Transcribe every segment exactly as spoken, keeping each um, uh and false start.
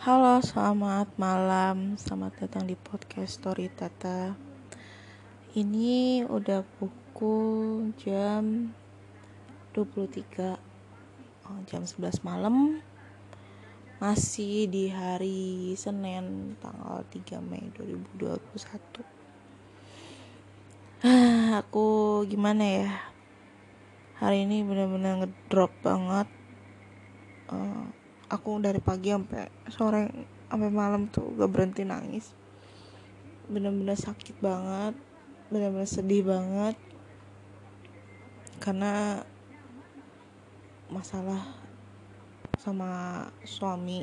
Halo, selamat malam. Selamat datang di podcast Story Tata. Ini udah pukul jam dua puluh tiga, oh, jam sebelas malam. Masih di hari Senin tanggal tiga Mei dua ribu dua puluh satu. Aku gimana ya? Hari ini benar-benar ngedrop banget. Uh, aku dari pagi sampai sore sampai malam tuh gak berhenti nangis. Benar-benar sakit banget, benar-benar sedih banget karena masalah sama suami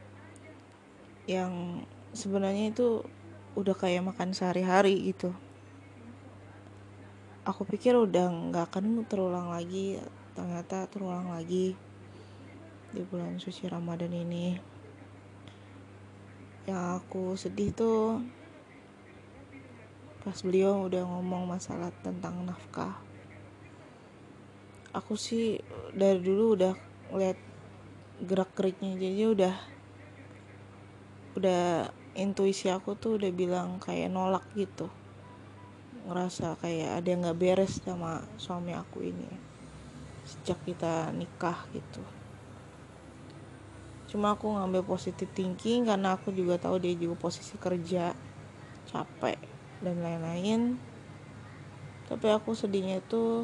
yang sebenarnya itu udah kayak makan sehari-hari gitu. Aku pikir udah gak akan terulang lagi, ternyata terulang lagi di bulan suci Ramadan ini. Yang aku sedih tuh pas beliau udah ngomong masalah tentang nafkah. Aku sih dari dulu udah lihat gerak-geriknya, jadi udah udah intuisi aku tuh udah bilang kayak nolak gitu, ngerasa kayak ada yang nggak beres sama suami aku ini sejak kita nikah gitu. Cuma aku ngambil positive thinking karena aku juga tahu dia juga posisi kerja, capek dan lain-lain. Tapi aku sedihnya itu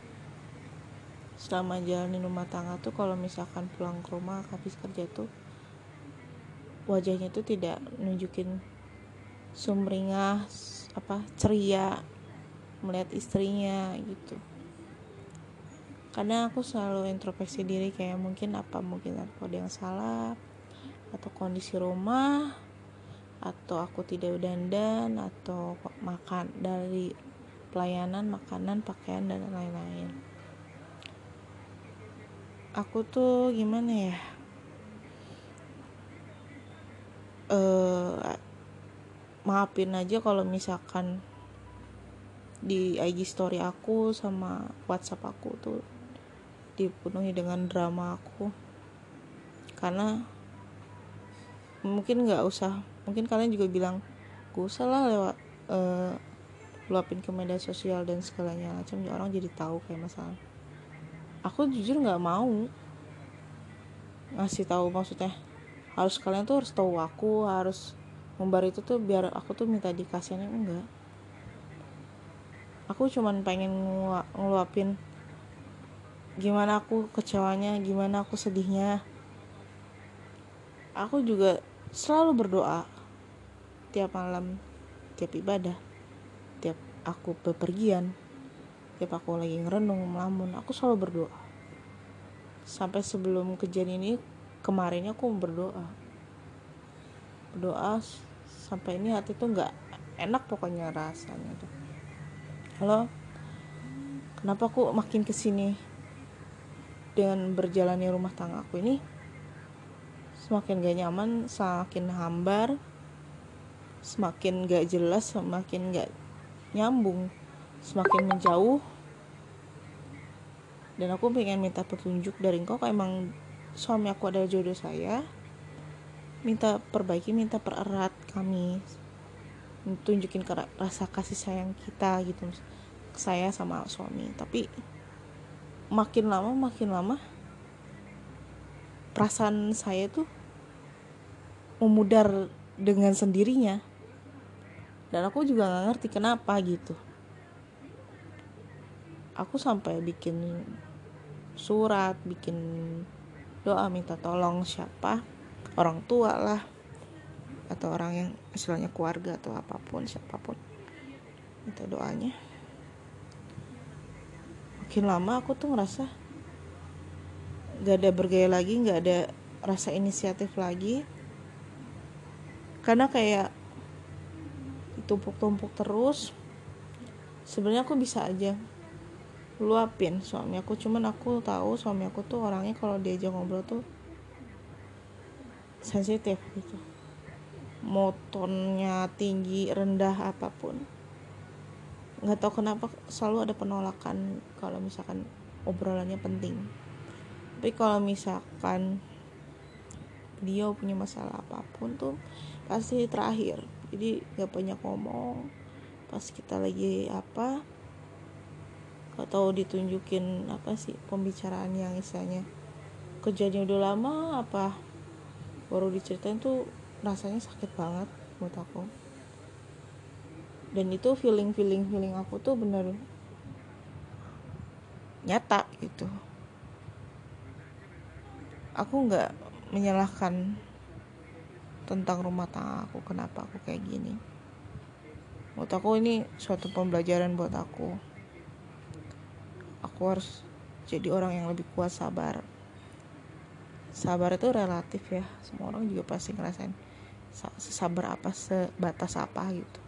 selama jalanin rumah tangga tuh kalau misalkan pulang ke rumah habis kerja tuh wajahnya tuh tidak nunjukin sumringah, apa ceria melihat istrinya gitu. Karena aku selalu introspeksi diri kayak mungkin apa mungkin aku ada yang salah, atau kondisi rumah, atau aku tidak dandan, atau makan dari pelayanan makanan, pakaian dan lain-lain. Aku tuh gimana ya, uh, maafin aja kalau misalkan di I G story aku sama WhatsApp aku tuh dipenuhi dengan drama aku, karena mungkin nggak usah, mungkin kalian juga bilang gak usah lah lewat uh, luapin ke media sosial dan segalanya macam, orang jadi tahu kayak masalah. Aku jujur nggak mau ngasih tahu, maksudnya harus kalian tuh harus tahu aku harus membar itu tuh biar aku tuh minta dikasihnya, enggak. Aku cuman pengen ngelu- ngeluapin gimana aku kecewanya, gimana aku sedihnya. Aku juga selalu berdoa tiap malam, tiap ibadah, tiap aku bepergian, tiap aku lagi ngerenung melamun, aku selalu berdoa. Sampai sebelum kejadian ini kemarin aku berdoa berdoa sampai ini hati tuh nggak enak pokoknya rasanya tuh. Halo, kenapa aku makin kesini dengan berjalannya rumah tangga aku ini semakin gak nyaman, semakin hambar, semakin gak jelas, semakin gak nyambung, semakin menjauh. Dan aku pengen minta petunjuk dari engkau, kalau emang suami aku adalah jodoh saya, minta perbaiki, minta pererat kami, tunjukin rasa kasih sayang kita gitu, saya sama suami. Tapi makin lama makin lama perasaan saya tuh memudar dengan sendirinya, dan aku juga nggak ngerti kenapa gitu. Aku sampai bikin surat, bikin doa minta tolong siapa, orang tua lah, atau orang yang istilahnya keluarga atau apapun, siapapun, minta doanya. Makin lama aku tuh ngerasa gak ada bergaya lagi, gak ada rasa inisiatif lagi, karena kayak ditumpuk-tumpuk terus. Sebenarnya aku bisa aja luapin suami aku, cuman aku tahu suami aku tuh orangnya kalau diajak ngobrol tuh sensitif gitu, mau tonnya tinggi rendah apapun, nggak tahu kenapa selalu ada penolakan kalau misalkan obrolannya penting. Tapi kalau misalkan beliau punya masalah apapun tuh pasti terakhir, jadi gak banyak ngomong. Pas kita lagi apa atau ditunjukin apa sih pembicaraan yang istilahnya kejadian udah lama apa baru diceritain tuh rasanya sakit banget buat aku. Dan itu feeling feeling feeling aku tuh bener nyata gitu. Aku nggak menyalahkan tentang rumah tangga aku, kenapa aku kayak gini. Menurut aku ini suatu pembelajaran buat aku. Aku harus jadi orang yang lebih kuat, sabar. Sabar itu relatif ya, semua orang juga pasti ngerasain sabar apa, sebatas apa gitu.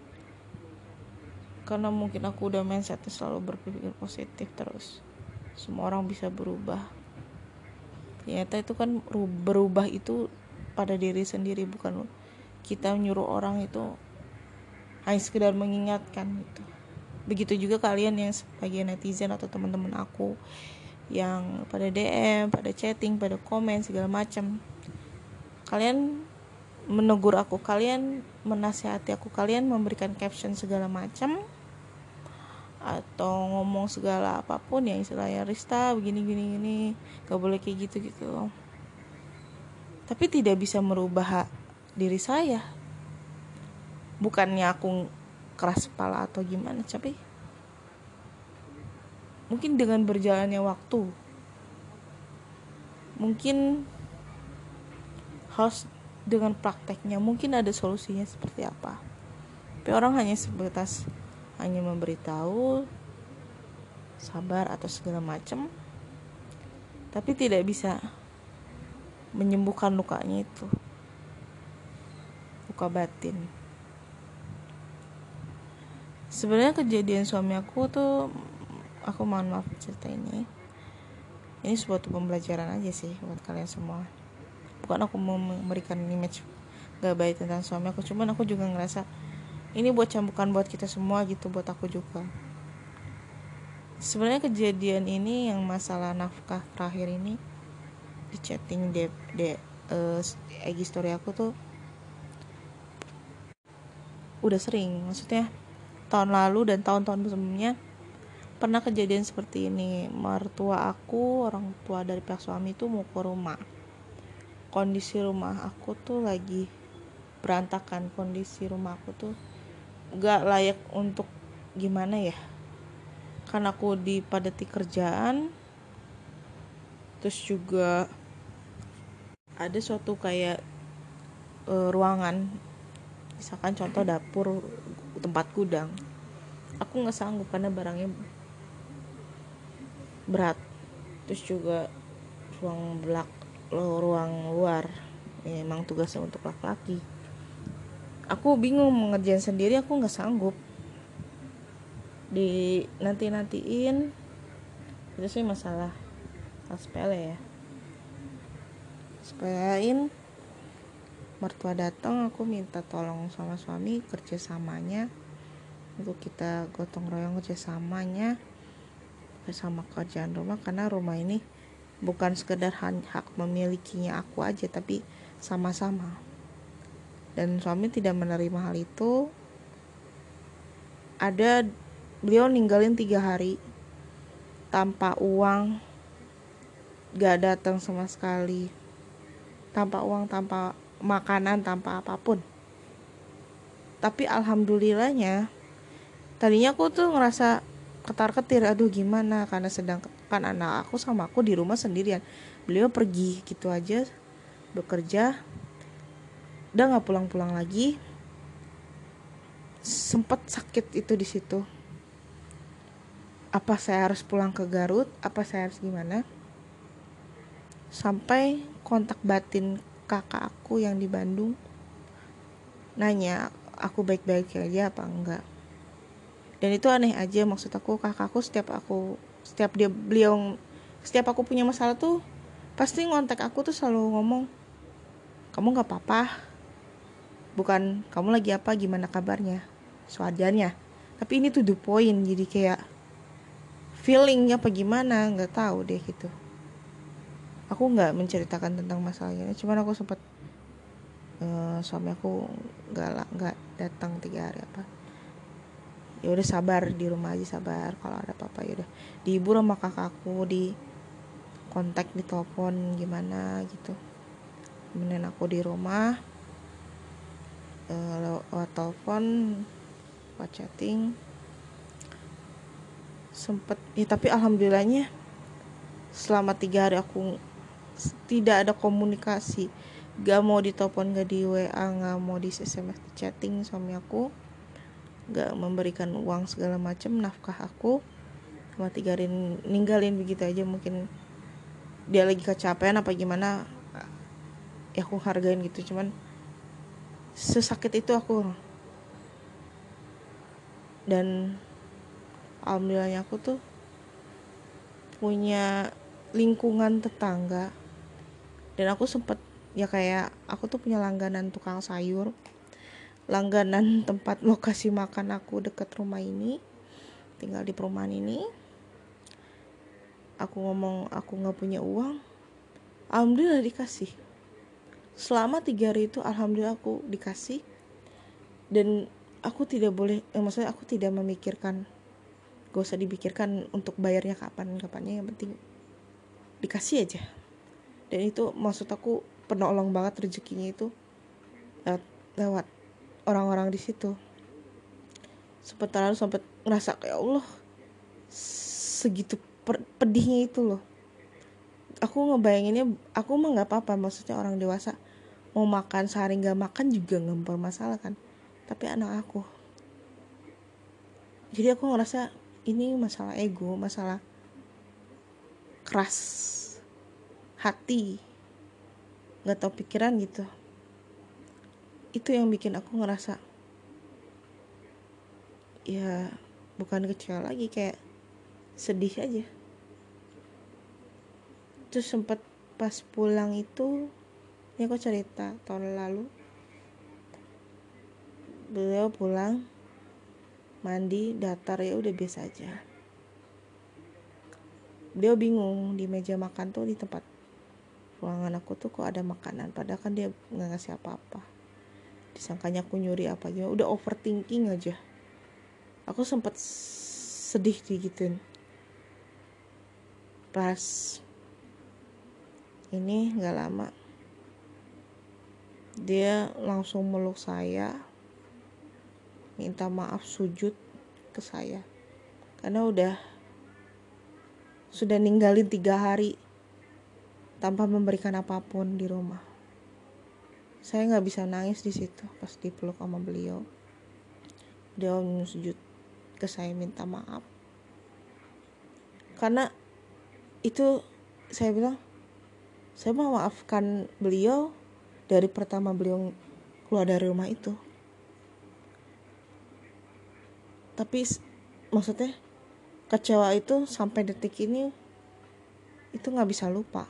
Karena mungkin aku udah mindsetnya selalu berpikir positif terus, semua orang bisa berubah. Ternyata itu kan berubah itu pada diri sendiri, bukan kita menyuruh orang itu hanya sekedar mengingatkan gitu. Begitu juga kalian yang sebagai netizen atau teman-teman aku yang pada D M, pada chatting, pada komen segala macam. Kalian menegur aku, kalian menasihati aku, kalian memberikan caption segala macam atau ngomong segala apapun yang istilahnya Rista begini gini gini, gak boleh kayak gitu gitu. Tapi tidak bisa merubah diri saya. Bukannya aku keras kepala atau gimana, tapi mungkin dengan berjalannya waktu, mungkin harus dengan prakteknya, mungkin ada solusinya seperti apa. Tapi orang hanya sebatas hanya memberitahu sabar atau segala macam, tapi tidak bisa menyembuhkan lukanya itu, luka batin. Sebenarnya kejadian suami aku tuh, aku mohon maaf cerita ini ini suatu pembelajaran aja sih buat kalian semua. Bukan aku mau memberikan image gak baik tentang suami aku, cuman aku juga ngerasa ini buat cambukan buat kita semua gitu, buat aku juga. Sebenarnya kejadian ini yang masalah nafkah terakhir ini di chatting de, de uh, I G story aku tuh udah sering, maksudnya tahun lalu dan tahun-tahun sebelumnya pernah kejadian seperti ini. Mertua aku, orang tua dari pihak suami itu mau ke rumah. Kondisi rumah aku tuh lagi berantakan, kondisi rumah aku tuh gak layak untuk gimana ya, karena aku dipadati kerjaan, terus juga ada suatu kayak e, ruangan, misalkan contoh dapur, tempat gudang, aku nggak sanggup karena barangnya berat. Terus juga ruang belak ruang luar ya, emang tugasnya untuk laki-laki. Aku bingung mengerjain sendiri, aku nggak sanggup. Di nanti nantiin itu sih masalah sepele ya. Sepelein, mertua datang, aku minta tolong sama suami kerjasamanya untuk kita gotong royong kerjasamanya bersama kerjaan rumah, karena rumah ini bukan sekedar hak memilikinya aku aja, tapi sama-sama. Dan suami tidak menerima hal itu. Ada beliau ninggalin tiga hari tanpa uang, gak datang sama sekali, tanpa uang, tanpa makanan, tanpa apapun. Tapi alhamdulillahnya tadinya aku tuh ngerasa ketar-ketir, aduh gimana, karena sedang kan anak aku sama aku di rumah sendirian, beliau pergi gitu aja bekerja, udah nggak pulang-pulang lagi. Sempet sakit itu di situ, apa saya harus pulang ke Garut, apa saya harus gimana, sampai kontak batin kakak aku yang di Bandung nanya aku baik-baik aja apa enggak. Dan itu aneh aja, maksud aku kakakku setiap aku setiap dia beliau setiap aku punya masalah tuh pasti ngontak aku tuh selalu ngomong, kamu nggak apa-apa, bukan kamu lagi apa, gimana kabarnya, sewajarnya. Tapi ini tuh the point, jadi kayak feelingnya apa gimana nggak tahu deh gitu. aku nggak menceritakan tentang masalahnya, cuman aku sempat uh, suami aku nggak nggak datang tiga hari apa, ya udah sabar di rumah aja, sabar, kalau ada apa-apa ya udah dihibur sama kakakku, di kontak, di telepon gimana gitu, temenin aku di rumah uh, lewat telepon, lewat chatting sempet ya. Tapi alhamdulillahnya selama tiga hari aku tidak ada komunikasi, gak mau ditelepon, gak di W A, gak mau di S M S, di chatting suami aku, gak memberikan uang segala macam, nafkah aku selama tiga hari ninggalin begitu aja. Mungkin dia lagi kecapean apa gimana ya, aku hargain gitu. Cuman sesakit itu aku. Dan alhamdulillahnya aku tuh punya lingkungan tetangga, dan aku sempet ya kayak aku tuh punya langganan tukang sayur, langganan tempat lokasi makan aku deket rumah ini, tinggal di perumahan ini. Aku ngomong aku gak punya uang, alhamdulillah dikasih. Selama tiga hari itu alhamdulillah aku dikasih. Dan aku tidak boleh, eh, maksudnya aku tidak memikirkan, gak usah dipikirkan untuk bayarnya kapan-kapannya, yang penting dikasih aja. Dan itu maksud aku penolong banget, rezekinya itu lewat, lewat orang-orang di situ. Sebentar lalu sempat ngerasa kayak Allah, segitu pedihnya itu loh. Aku ngebayanginnya, aku mah nggak apa-apa, maksudnya orang dewasa mau makan sehari nggak makan juga nggak bermasalah kan, tapi anak aku. Jadi aku ngerasa ini masalah ego, masalah keras hati, nggak tahu pikiran gitu. Itu yang bikin aku ngerasa ya bukan kecewa lagi, kayak sedih aja. Terus sempet pas pulang itu, ini aku cerita tahun lalu, beliau pulang mandi datar, ya udah biasa aja. Beliau bingung di meja makan tuh, di tempat ruangan aku tuh kok ada makanan, padahal kan dia nggak ngasih apa-apa. Disangkanya aku nyuri apa aja, udah overthinking aja. Aku sempet sedih digituin. Pas ini nggak lama dia langsung meluk saya, minta maaf, sujud ke saya, karena udah sudah ninggalin tiga hari tanpa memberikan apapun di rumah. Saya nggak bisa nangis di situ pas dipeluk sama beliau. Dia sujud ke saya minta maaf, karena itu saya bilang saya mau maafkan beliau dari pertama beliau keluar dari rumah itu. Tapi maksudnya kecewa itu sampai detik ini itu nggak bisa lupa.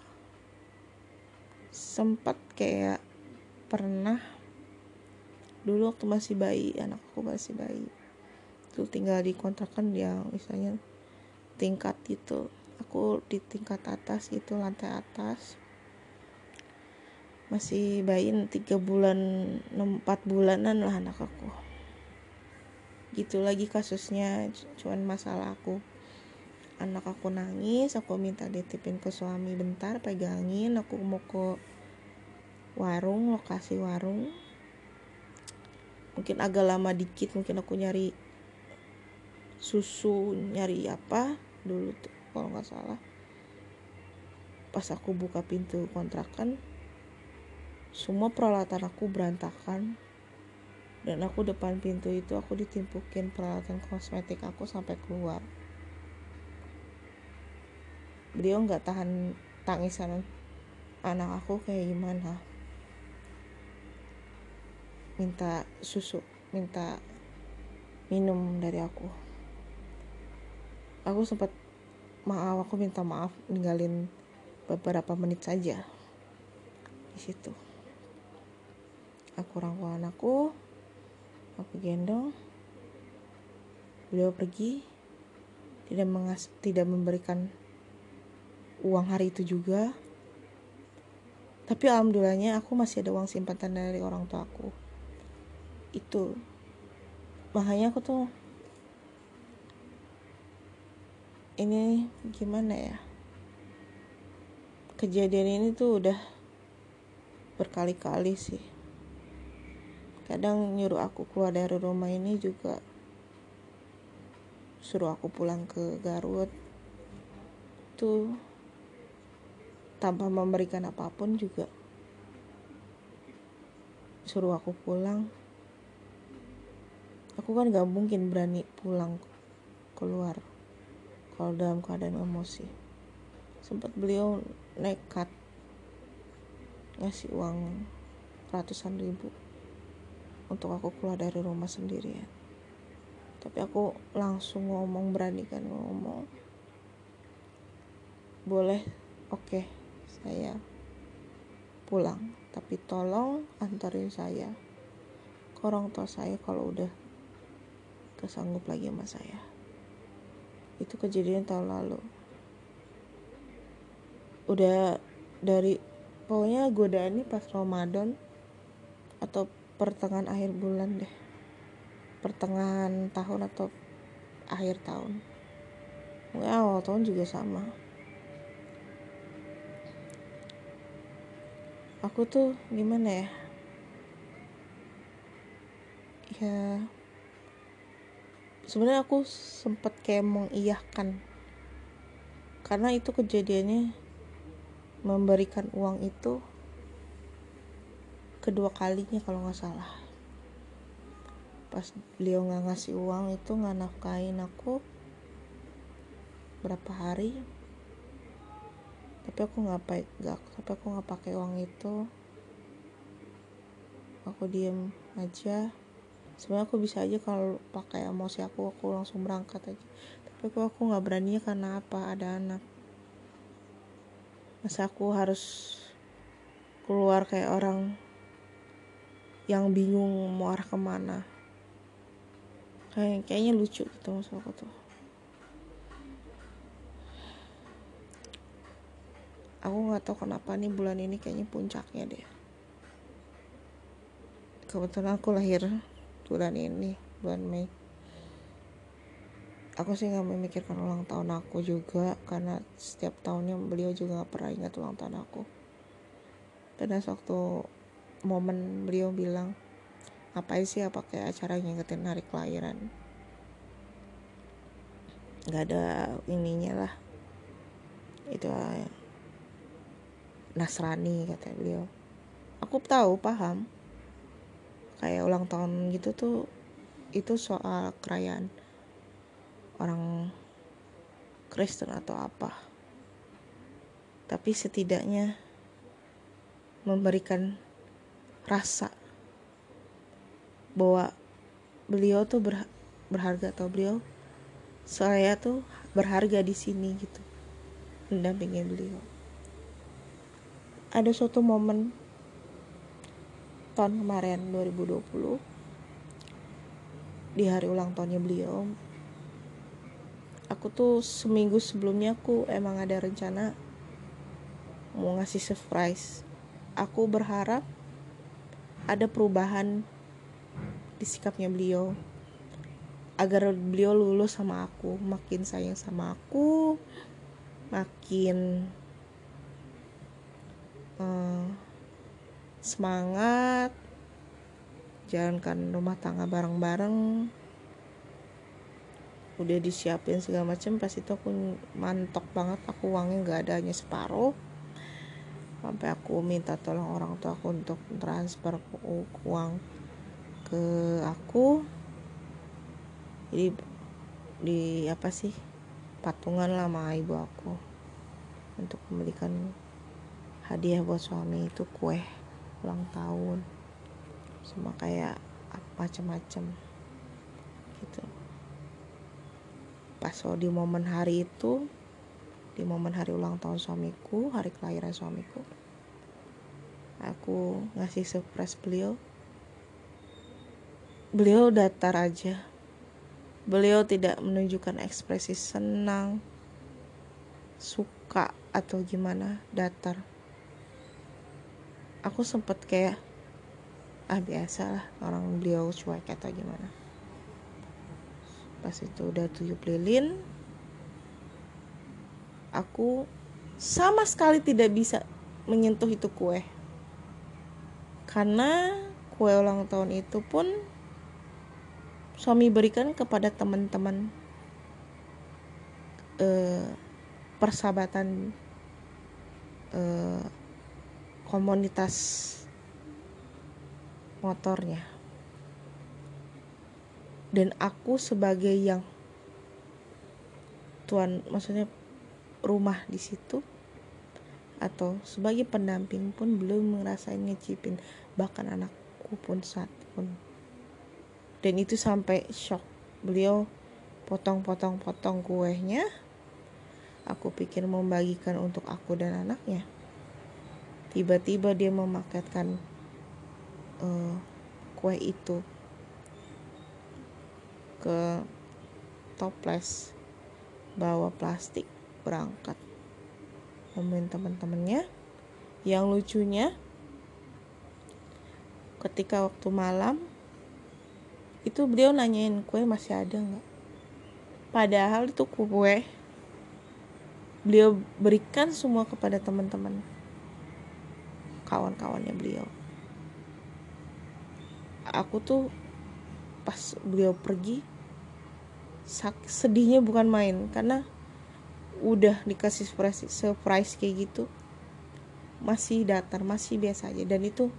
Sempat kayak pernah dulu waktu masih bayi, anak aku masih bayi, tuh tinggal di kontrakan yang misalnya tingkat gitu, aku di tingkat atas gitu, lantai atas, masih bayi tiga bulan, empat bulanan lah anak aku. Gitu lagi kasusnya, cuman masalah aku, anak aku nangis, aku minta ditipin ke suami bentar, pegangin, aku mau ke warung, lokasi warung, mungkin agak lama dikit, mungkin aku nyari susu, nyari apa dulu tuh kalau nggak salah. Pas aku buka pintu kontrakan, semua peralatan aku berantakan, dan aku depan pintu itu aku ditimpukin peralatan kosmetik aku sampai keluar. Beliau nggak tahan tangisan anak aku kayak gimana, minta susu, minta minum dari aku. Aku sempat maaf, aku minta maaf, ninggalin beberapa menit saja di situ. Aku rangkul anakku, aku gendong, beliau pergi, tidak mengas, tidak memberikan uang hari itu juga. Tapi alhamdulillahnya aku masih ada uang simpanan dari orang tua aku. Itu makanya aku tuh ini gimana ya, kejadian ini tuh udah berkali-kali sih. Kadang nyuruh aku keluar dari rumah ini juga, suruh aku pulang ke Garut tuh tanpa memberikan apapun juga, suruh aku pulang. Aku kan gak mungkin berani pulang keluar kalau dalam keadaan emosi. Sempat beliau nekat ngasih uang ratusan ribu untuk aku keluar dari rumah sendirian. Tapi aku langsung ngomong, beranikan ngomong, boleh, oke, okay, saya pulang, tapi tolong antarin saya ke orang tua saya kalau udah kesanggup lagi sama saya. Itu kejadian tahun lalu. Udah dari pokoknya godaan ini pas Ramadan atau pertengahan akhir bulan deh, pertengahan tahun atau akhir tahun, mungkin awal tahun juga sama. Aku tuh gimana ya, ya sebenarnya aku sempet kayak mengiyahkan, karena itu kejadiannya memberikan uang itu kedua kalinya kalau nggak salah. Pas beliau nggak ngasih uang itu, nggak nafkahin aku berapa hari, tapi aku nggak pakai nggak tapi aku nggak pakai uang itu, aku diem aja. Sebenarnya aku bisa aja kalau pakai emosi aku aku langsung berangkat aja, tapi aku aku nggak berani karena apa, ada anak. Masa aku harus keluar kayak orang yang bingung mau arah kemana. Kayak kayaknya lucu gitu maksud aku tuh. Aku nggak tahu kenapa nih bulan ini kayaknya puncaknya deh. Kebetulan aku lahir bulan ini, bulan Mei. Aku sih nggak memikirkan ulang tahun aku juga, karena setiap tahunnya beliau juga nggak pernah ingat ulang tahun aku. Dan waktu momen beliau bilang, ngapain sih apa kayak acara ngingetin hari kelahiran, nggak ada ininya lah, itu Nasrani kata beliau. Aku tahu, paham, kayak ulang tahun gitu tuh itu soal kerajaan orang Kristen atau apa, tapi setidaknya memberikan rasa bahwa beliau tuh ber, berharga, atau beliau, saya tuh berharga di sini gitu, mendampingi beliau. Ada suatu momen tahun kemarin dua ribu dua puluh, di hari ulang tahunnya beliau, aku tuh seminggu sebelumnya aku emang ada rencana mau ngasih surprise. Aku berharap ada perubahan di sikapnya beliau, agar beliau lulus sama aku, makin sayang sama aku, makin uh, semangat jalankan rumah tangga bareng-bareng. Udah disiapin segala macam, pas itu aku mantok banget, aku uangnya nggak ada, hanya separuh. Sampai aku minta tolong orang tua aku untuk transfer uang ke aku. Jadi di apa sih, patungan lah sama ibu aku untuk membelikan hadiah buat suami, itu kue ulang tahun sama kayak macam-macam gitu. Pas so, di momen hari itu, di momen hari ulang tahun suamiku, hari kelahiran suamiku, aku ngasih surprise beliau. Beliau datar aja, beliau tidak menunjukkan ekspresi senang, suka atau gimana, datar. aku sempet kayak ah biasalah orang beliau cuek atau gimana. Pas itu udah tujuh lilin, aku sama sekali tidak bisa menyentuh itu kue, karena kue ulang tahun itu pun suami berikan kepada teman-teman eh, persahabatan eh, komunitas motornya, dan aku sebagai yang tuan, maksudnya rumah di situ atau sebagai pendamping pun belum ngerasain ngecipin, bahkan anakku pun saat pun. Dan itu sampai shock, beliau potong-potong-potong kuenya. Aku pikir membagikan untuk aku dan anaknya, tiba-tiba dia memaketkan uh, kue itu ke toples, bawa plastik, berangkat nemuin teman-temannya. Yang lucunya, ketika waktu malam itu beliau nanyain kue masih ada nggak, padahal itu kue beliau berikan semua kepada teman-teman kawan-kawannya beliau. Aku tuh pas beliau pergi sedihnya bukan main, karena udah dikasih surprise, surprise kayak gitu masih datar, masih biasa aja. Dan itu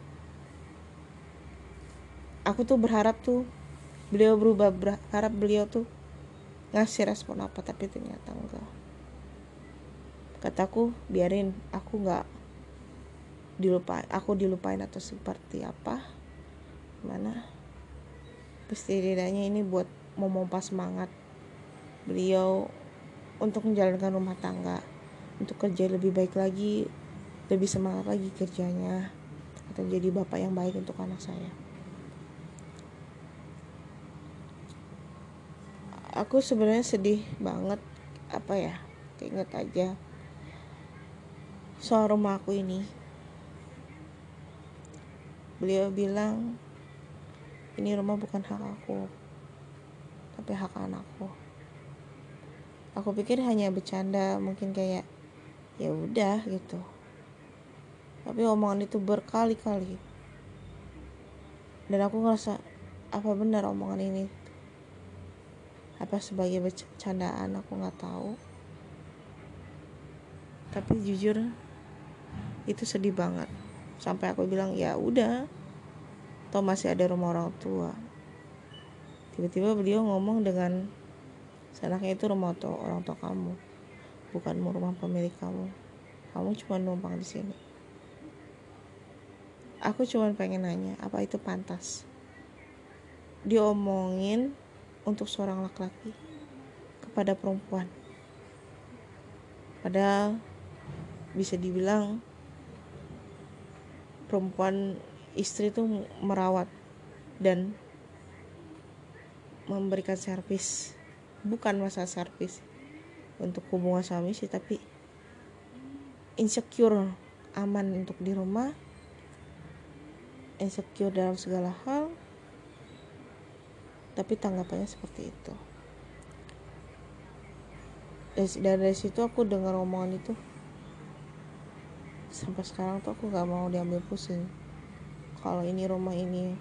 aku tuh berharap tuh beliau berubah, berharap beliau tuh ngasih respon apa, tapi ternyata enggak. Kataku biarin, aku nggak dilupain, aku dilupain atau seperti apa gimana, setidaknya ini buat memompa semangat beliau untuk menjalankan rumah tangga, untuk kerja lebih baik lagi, lebih semangat lagi kerjanya, atau jadi bapak yang baik untuk anak saya. Aku sebenarnya sedih banget, apa ya, keinget aja soal rumah aku ini. Beliau bilang ini rumah bukan hak aku, tapi hak anakku. Aku pikir hanya bercanda, mungkin kayak ya udah gitu. Tapi omongan itu berkali-kali, dan aku ngerasa apa benar omongan ini, apa sebagai bercandaan, aku nggak tahu. Tapi jujur itu sedih banget, sampai aku bilang ya udah, toh masih ada rumah orang tua. Tiba-tiba beliau ngomong dengan senaknya, itu rumah tua, orang tua kamu, bukan rumah pemilik kamu. Kamu cuma numpang di sini. Aku cuma pengen nanya, apa itu pantas diomongin untuk seorang laki-laki kepada perempuan? Padahal bisa dibilang perempuan, istri itu merawat dan memberikan servis, bukan masalah servis untuk hubungan suami istri, tapi insecure, aman untuk di rumah, insecure dalam segala hal, tapi tanggapannya seperti itu. Dan dari situ aku dengar omongan itu, sampai sekarang tuh aku gak mau diambil pusing. Kalau ini rumah ini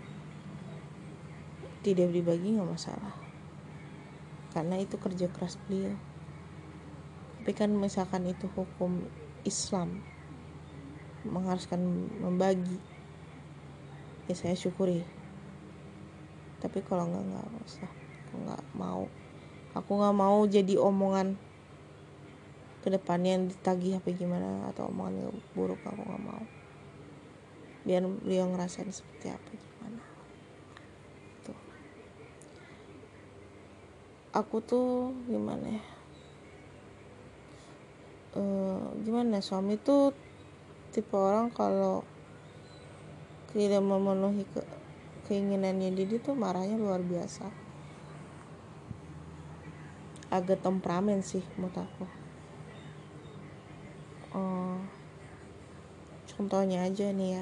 tidak dibagi gak masalah, karena itu kerja keras beliau. Tapi kan misalkan itu hukum Islam mengharuskan membagi, ya saya syukuri. Tapi kalau enggak, enggak usah. Aku enggak mau. Aku enggak mau jadi omongan kedepannya yang ditagih apa gimana, atau omongan buruk. Aku enggak mau. Biar beliau ngerasain seperti apa gimana. Tuh. Aku tuh gimana ya? E, gimana suami tuh tipe orang kalau tidak memenuhi ke, keinginannya dia tuh marahnya luar biasa, agak temperamen sih menurut aku. Oh, contohnya aja nih ya,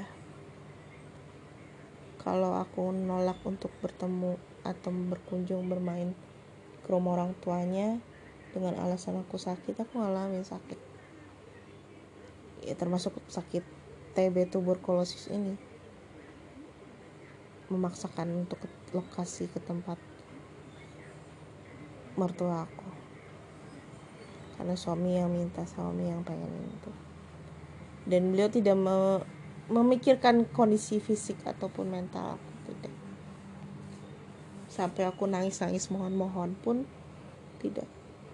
kalau aku nolak untuk bertemu atau berkunjung bermain ke rumah orang tuanya dengan alasan aku sakit, aku ngalamin sakit ya, termasuk sakit T B tuberkulosis ini, memaksakan untuk ke lokasi ke tempat mertua aku karena suami yang minta, suami yang pengen itu, dan beliau tidak me- memikirkan kondisi fisik ataupun mental aku, tidak. Sampai aku nangis-nangis mohon-mohon pun tidak,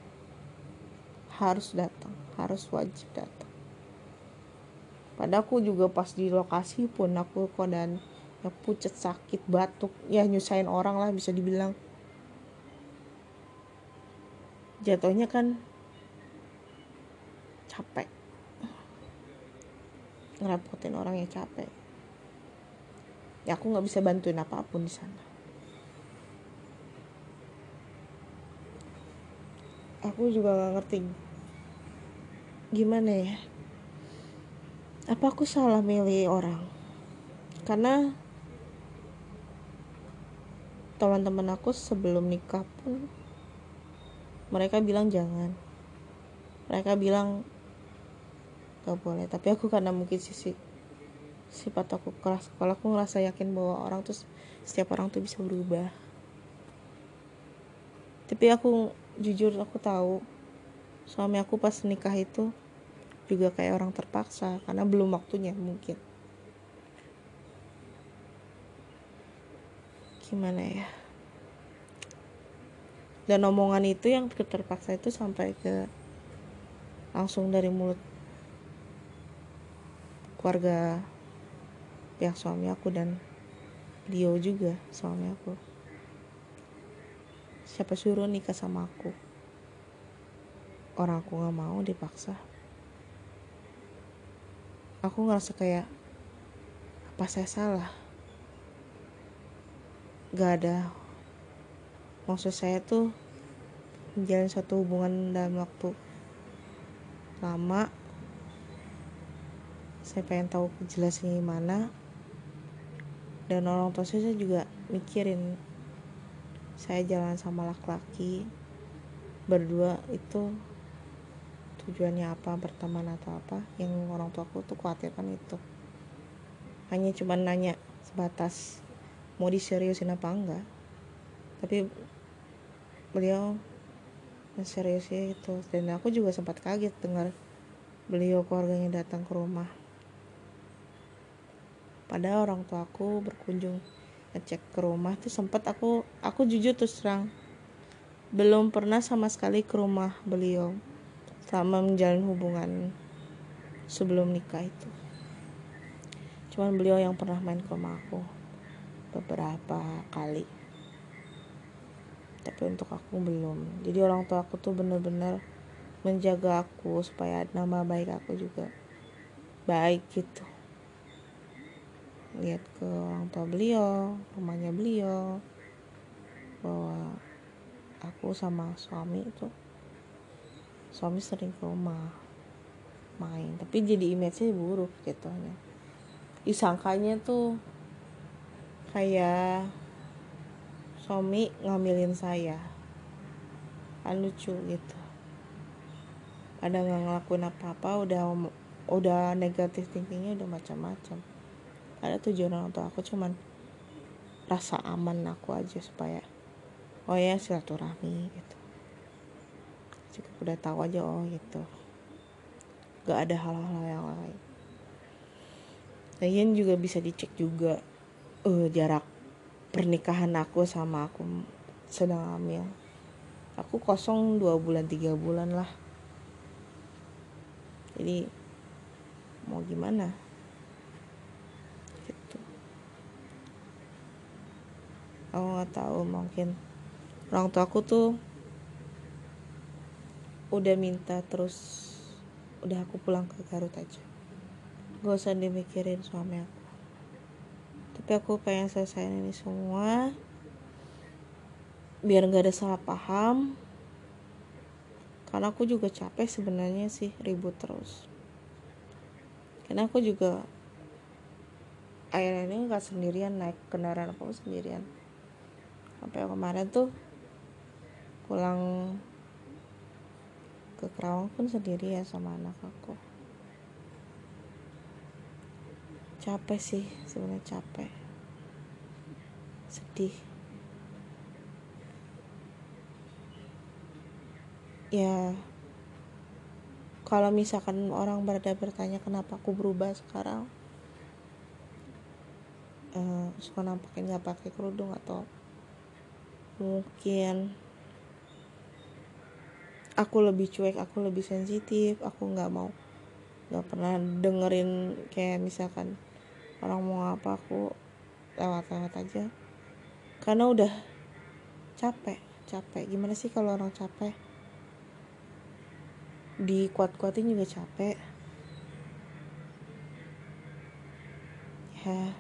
harus datang, harus wajib datang. Padahal aku juga pas di lokasi pun aku kodan ya pucet, sakit, batuk, ya nyusahin orang lah bisa dibilang. Jatuhnya kan capek, ngerepotin orang yang capek. Ya aku nggak bisa bantuin apapun di sana. Aku juga nggak ngerti gimana ya. Apa aku salah milih orang? Karena teman-teman aku sebelum nikah pun mereka bilang jangan, mereka bilang gak boleh. Tapi aku karena mungkin sisi sifat aku keras, kalau aku ngerasa yakin bahwa orang tuh, setiap orang tuh bisa berubah. Tapi aku jujur aku tahu suami aku pas nikah itu juga kayak orang terpaksa karena belum waktunya mungkin. Gimana ya? Dan omongan itu yang terpaksa itu sampai ke langsung dari mulut keluarga pihak suami aku dan beliau juga suami aku. Siapa suruh nikah sama aku? Orang aku gak mau, dipaksa. Aku ngerasa kayak apa saya salah? Gak ada maksud saya tuh menjalin suatu hubungan dalam waktu lama. Saya pengen tahu kejelasannya gimana, dan orang tua saya juga mikirin saya jalan sama laki-laki berdua itu tujuannya apa, berteman atau apa. Yang orang tua aku tuh khawatirkan itu. Hanya cuma nanya sebatas mau diseriusin apa enggak, tapi beliau seriusnya itu. Dan aku juga sempat kaget dengar beliau keluarganya datang ke rumah, padahal orang tua aku berkunjung ngecek ke rumah tuh sempat. aku aku jujur terus terang belum pernah sama sekali ke rumah beliau selama menjalin hubungan sebelum nikah itu. Cuman beliau yang pernah main ke rumah aku beberapa kali, tapi untuk aku belum. Jadi orang tua aku tuh benar-benar menjaga aku supaya nama baik aku juga baik gitu. Lihat ke orang tua beliau, rumahnya beliau, bahwa aku sama suami itu, suami sering ke rumah main, tapi jadi image-nya buruk jatuhnya. Disangkanya tuh kayak suami ngambilin saya, kan lucu gitu. Ada nggak ngelakuin apa-apa udah udah negatif thinkingnya udah macam-macam. Ada tujuan orang tua aku cuman rasa aman aku aja supaya oh ya silaturahmi gitu. Cukup udah tahu aja oh gitu. Gak ada hal-hal yang lain. Lagian juga bisa dicek juga uh, jarak pernikahan aku sama aku sedang hamil. Aku kosong dua bulan tiga bulan lah. Jadi mau gimana? Gitu. Aku nggak tahu, mungkin orang tua aku tuh udah minta terus, udah aku pulang ke Garut aja, gak usah dimikirin suami aku. Tapi aku pengen selesaiin ini semua biar gak ada salah paham, karena aku juga capek sebenarnya sih ribut terus. karena aku juga akhirnya ini nggak sendirian, naik kendaraan aku sendirian. Sampai kemarin tuh pulang ke Kerawang pun sendiri ya sama anak aku. Capek sih sebenarnya, capek, sedih ya. Kalau misalkan orang berada bertanya kenapa aku berubah sekarang, uh, suka nampakin nggak pakai kerudung, atau mungkin aku lebih cuek, aku lebih sensitif, aku nggak mau, nggak pernah dengerin kayak misalkan orang mau apa, aku lewat-lewat aja karena udah capek. Capek gimana sih kalau orang capek dikuat-kuatin juga capek ya.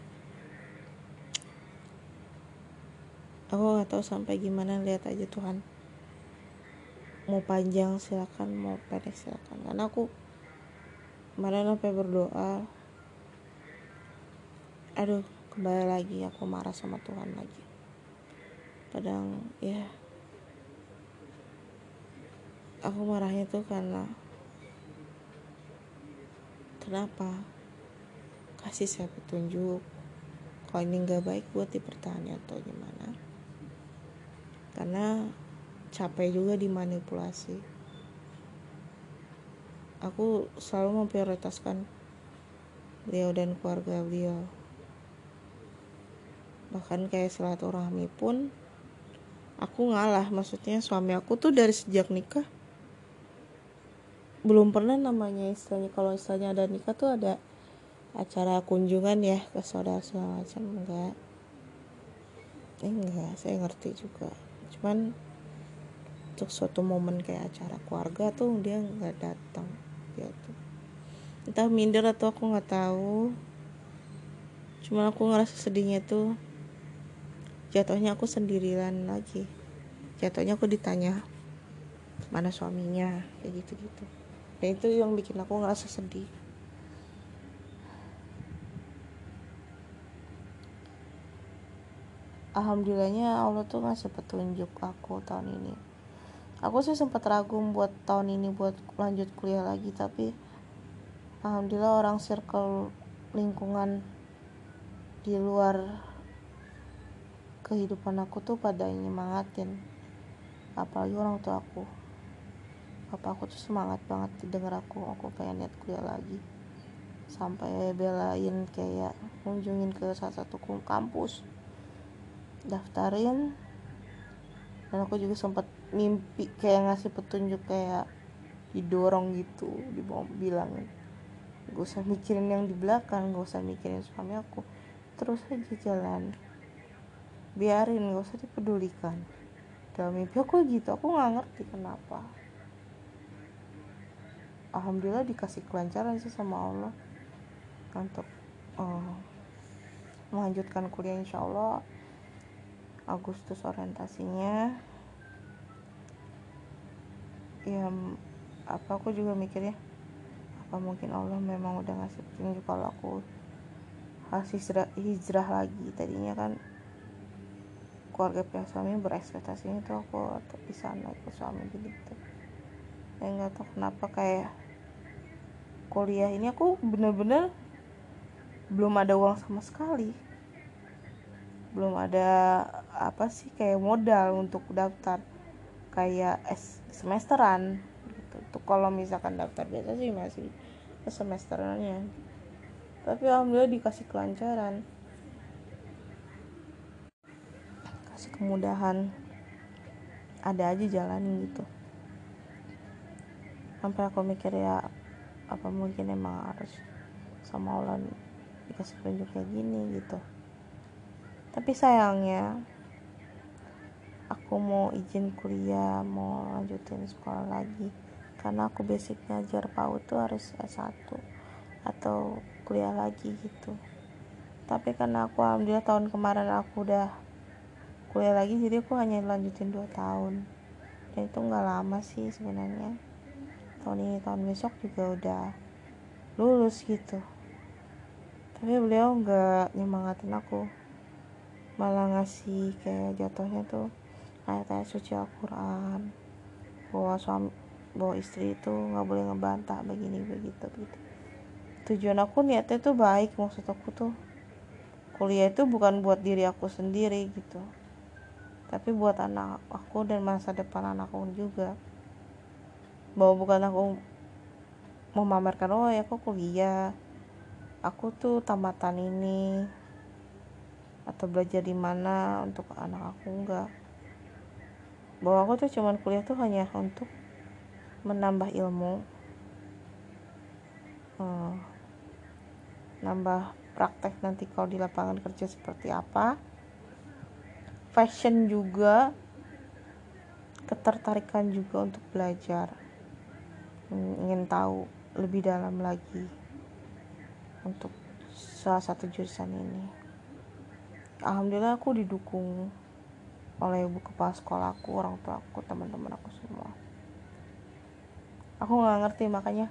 Aku nggak tahu sampai gimana, lihat aja Tuhan, mau panjang silakan, mau pendek silakan. Karena aku kemarin sampai berdoa, aduh kembali lagi aku marah sama Tuhan lagi. Padahal ya aku marahnya tuh karena kenapa kasih saya petunjuk kalau ini nggak baik buat dipertahankan atau gimana. Karena capek juga dimanipulasi. Aku selalu memprioritaskan beliau dan keluarga beliau. Bahkan kayak silaturahmi pun aku ngalah. Maksudnya suami aku tuh dari sejak nikah belum pernah namanya istilahnya, kalau istilahnya ada nikah tuh ada acara kunjungan ya ke saudara segala macam. Enggak eh, enggak saya ngerti juga, cuman untuk suatu momen kayak acara keluarga tuh dia nggak datang gitu. Entah minder atau aku nggak tahu, cuman aku ngerasa sedihnya tuh jatuhnya aku sendirian lagi. Jatuhnya aku ditanya mana suaminya, kayak gitu-gitu. Dan itu yang bikin aku ngerasa sedih. Alhamdulillahnya Allah tuh ngasih petunjuk aku tahun ini. Aku sih sempat ragu buat tahun ini buat lanjut kuliah lagi, tapi alhamdulillah orang circle lingkungan di luar kehidupan aku tuh pada nyemangatin. Apalagi orang tua aku, papa aku tuh semangat banget denger aku aku pengen niat kuliah lagi, sampai belain kayak kunjungin ke salah satu kampus, daftarin. Dan aku juga sempat mimpi kayak ngasih petunjuk, kayak didorong gitu, dibawa bilangin gak usah mikirin yang di belakang, gak usah mikirin suami aku, terus aja jalan, biarin, gak usah dipedulikan. Dalam mimpi aku gitu, aku gak ngerti kenapa. Alhamdulillah dikasih kelancaran sih sama Allah untuk uh, melanjutkan kuliah. Insya Allah Agustus orientasinya. Ya apa aku juga mikirnya, apa mungkin Allah memang udah ngasih petunjuk kalau aku harus hijrah, hijrah lagi. Tadinya kan keluarga pihak suami berekspektasinya tuh aku di sana ikut suami gitu. Dan nggak tahu kenapa kayak kuliah ini aku bener-bener belum ada uang sama sekali, belum ada apa sih kayak modal untuk daftar kayak semesteran gitu. Tuh kalau misalkan daftar biasa sih masih semesterannya, tapi alhamdulillah dikasih kelancaran, kasih kemudahan, ada aja jalan gitu. Sampai aku mikir ya apa mungkin emang harus sama Allah dikasih petunjuk kayak gini gitu. Tapi sayangnya aku mau izin kuliah, mau lanjutin sekolah lagi, karena aku basic ngajar PAUD tuh harus S satu atau kuliah lagi gitu. Tapi karena aku alhamdulillah tahun kemarin aku udah kuliah lagi, jadi aku hanya lanjutin dua tahun. Dan itu gak lama sih sebenarnya. Tahun ini tahun besok juga udah lulus gitu. Tapi beliau nggak nyemangatin aku, malah ngasih kayak jatuhnya tuh ayat-ayat suci Al-Quran bahwa suami bahwa istri itu nggak boleh ngebantah begini begitu gitu. Tujuan aku niatnya tuh baik, maksud aku tuh kuliah itu bukan buat diri aku sendiri gitu, tapi buat anak aku dan masa depan anakku juga. Bahwa bukan aku memamerkan, oh ya aku kuliah, aku tuh tamatan ini atau belajar di mana untuk anak aku, enggak. Bahwa aku tuh cuman kuliah tuh hanya untuk menambah ilmu, hmm, nambah praktek nanti kalau di lapangan kerja seperti apa, fashion juga, ketertarikan juga untuk belajar, ingin tahu lebih dalam lagi untuk salah satu jurusan ini. Alhamdulillah aku didukung oleh ibu kepala sekolahku, orang tua aku, teman-teman aku semua. Aku nggak ngerti, makanya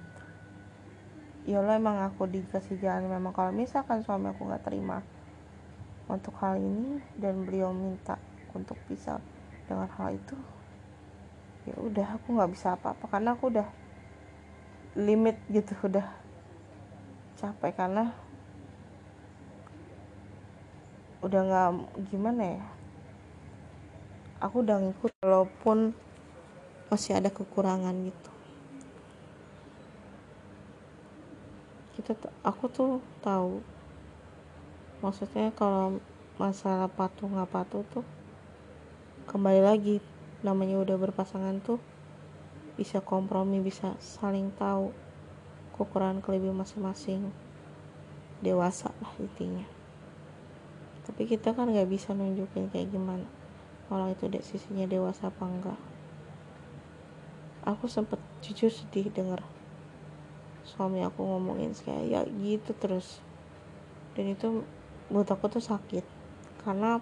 ya Allah, emang aku dikasih jalan. Memang kalau misalkan suami aku nggak terima untuk hal ini dan beliau minta untuk pisah dengan hal itu, ya udah aku nggak bisa apa-apa, karena aku udah limit gitu, udah capek, karena udah nggak gimana ya, aku udah ngikut walaupun masih ada kekurangan gitu. Kita aku tuh tahu, maksudnya kalau masalah patuh nggak patuh tuh kembali lagi, namanya udah berpasangan tuh bisa kompromi, bisa saling tahu kekurangan kelebihan masing-masing, dewasa lah intinya. Tapi kita kan nggak bisa nunjukin kayak gimana orang itu dek sisinya dewasa apa enggak. Aku sempet jujur sedih denger suami aku ngomongin kayak ya gitu terus, dan itu buat aku tuh sakit, karena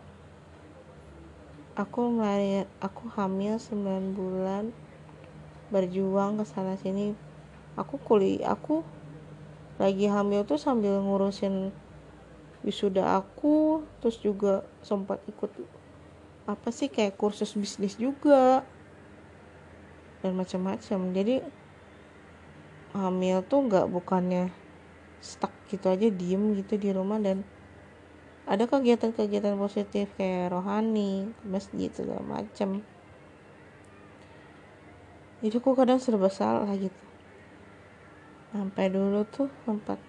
aku melahir, aku hamil sembilan bulan, berjuang kesana sini. Aku kuliah, aku lagi hamil tuh sambil ngurusin wisuda aku, terus juga sempat ikut apa sih kayak kursus bisnis juga dan macam-macam. Jadi hamil tuh nggak bukannya stuck gitu aja diem gitu di rumah, dan ada kegiatan-kegiatan positif kayak rohani, masjid segala macam. Jadi aku kadang serba salah gitu. Sampai dulu tuh sempat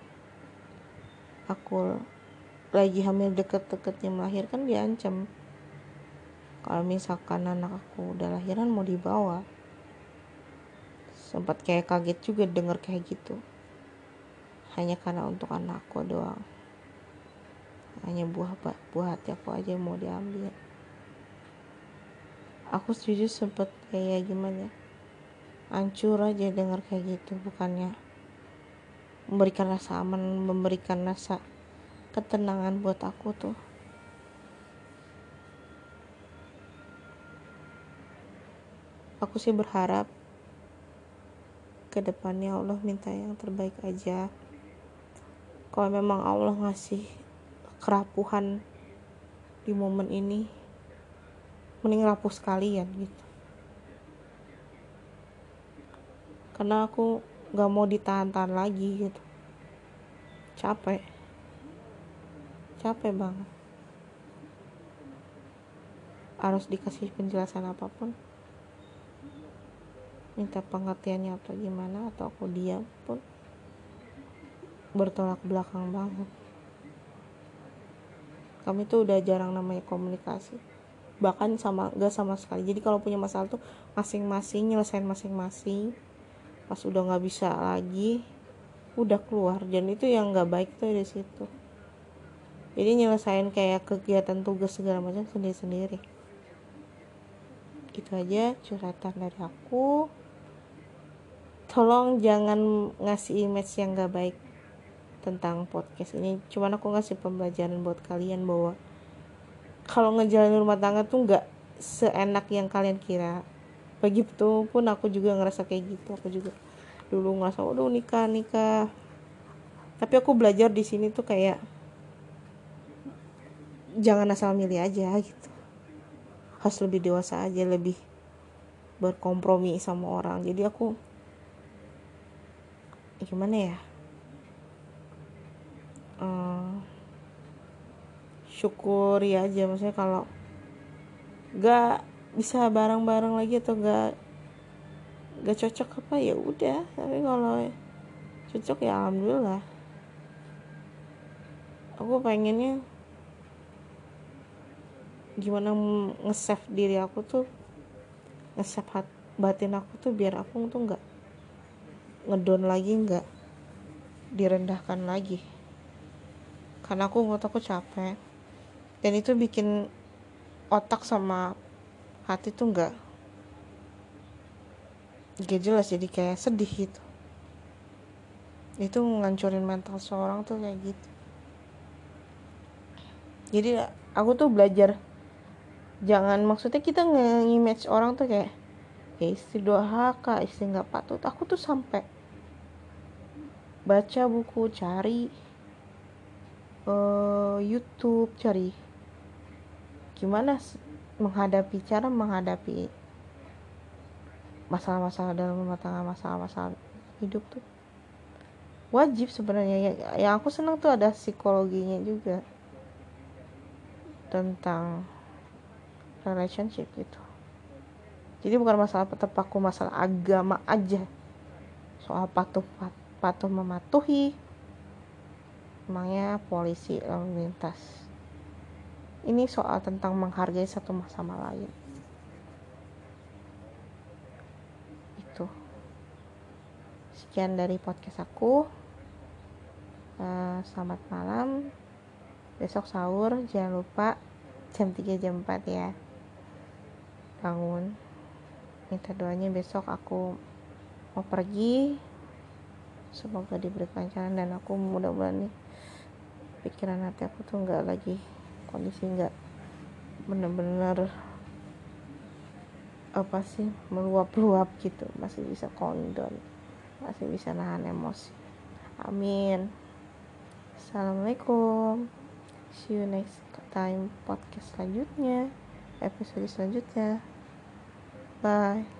aku lagi hamil deket-deketnya melahirkan diancam kalau misalkan anak aku udah lahiran mau dibawa. Sempat kayak kaget juga denger kayak gitu, hanya karena untuk anakku doang, hanya buah buah hati aku aja mau diambil. Aku jujur sempet kayak gimana, hancur aja denger kayak gitu. Bukannya memberikan rasa aman, memberikan rasa ketenangan buat aku tuh. Aku sih berharap kedepannya Allah minta yang terbaik aja. Kalau memang Allah ngasih kerapuhan di momen ini, mending rapuh sekalian gitu, karena aku gak mau ditahan-tahan lagi gitu. Capek capek banget harus dikasih penjelasan apapun, minta pengertiannya atau gimana, atau aku diam pun bertolak belakang banget. Kami tuh udah jarang namanya komunikasi, bahkan sama gak sama sekali. Jadi kalau punya masalah tuh masing-masing nyelesain masing-masing, pas udah nggak bisa lagi udah keluar, dan itu yang nggak baik tuh di situ. Jadi nyelesain kayak kegiatan tugas segala macam sendiri-sendiri. Itu aja curhatan dari aku. Tolong jangan ngasih image yang nggak baik tentang podcast ini. Cuman aku ngasih pembelajaran buat kalian bahwa kalau ngejalanin rumah tangga tuh nggak seenak yang kalian kira. Begitu pun aku juga ngerasa kayak gitu. Aku juga dulu ngerasa udah nikah nikah tapi aku belajar di sini tuh kayak jangan asal milih aja gitu, harus lebih dewasa aja, lebih berkompromi sama orang. Jadi aku gimana ya, uh, syukuri aja, maksudnya kalau gak bisa bareng-bareng lagi atau gak gak cocok apa ya udah, tapi kalau cocok ya alhamdulillah. Aku pengennya gimana nge-save diri aku tuh, nge-save hat, batin aku tuh biar aku tuh nggak ngedown lagi, nggak direndahkan lagi, karena aku nggak aku capek dan itu bikin otak sama hati tuh nggak gak jelas, jadi kayak sedih gitu. Itu ngancurin mental seorang tuh kayak gitu. Jadi aku tuh belajar jangan, maksudnya kita nge-image orang tuh kayak ya istri durhaka, istri nggak patut. Aku tuh sampai baca buku, cari uh, YouTube, cari gimana menghadapi, cara menghadapi masalah-masalah dalam rumah tangga, masalah-masalah hidup tuh wajib sebenarnya. Yang aku senang tuh ada psikologinya juga tentang relationship gitu. Jadi bukan masalah terpaku masalah agama aja, soal patuh patuh mematuhi, emangnya polisi lalu lintas. Ini soal tentang menghargai satu sama lain. Itu. Sekian dari podcast aku. Uh, selamat malam. Besok sahur jangan lupa jam tiga jam empat ya. Bangun. Minta doanya besok aku mau pergi. Semoga diberi kelancaran dan aku mudah-mudahan nih pikiran hati aku tuh nggak lagi kondisi nggak bener-bener apa sih meluap-luap gitu, masih bisa kondon, masih bisa nahan emosi. Amin. Assalamualaikum, see you next time podcast selanjutnya, episode selanjutnya, bye.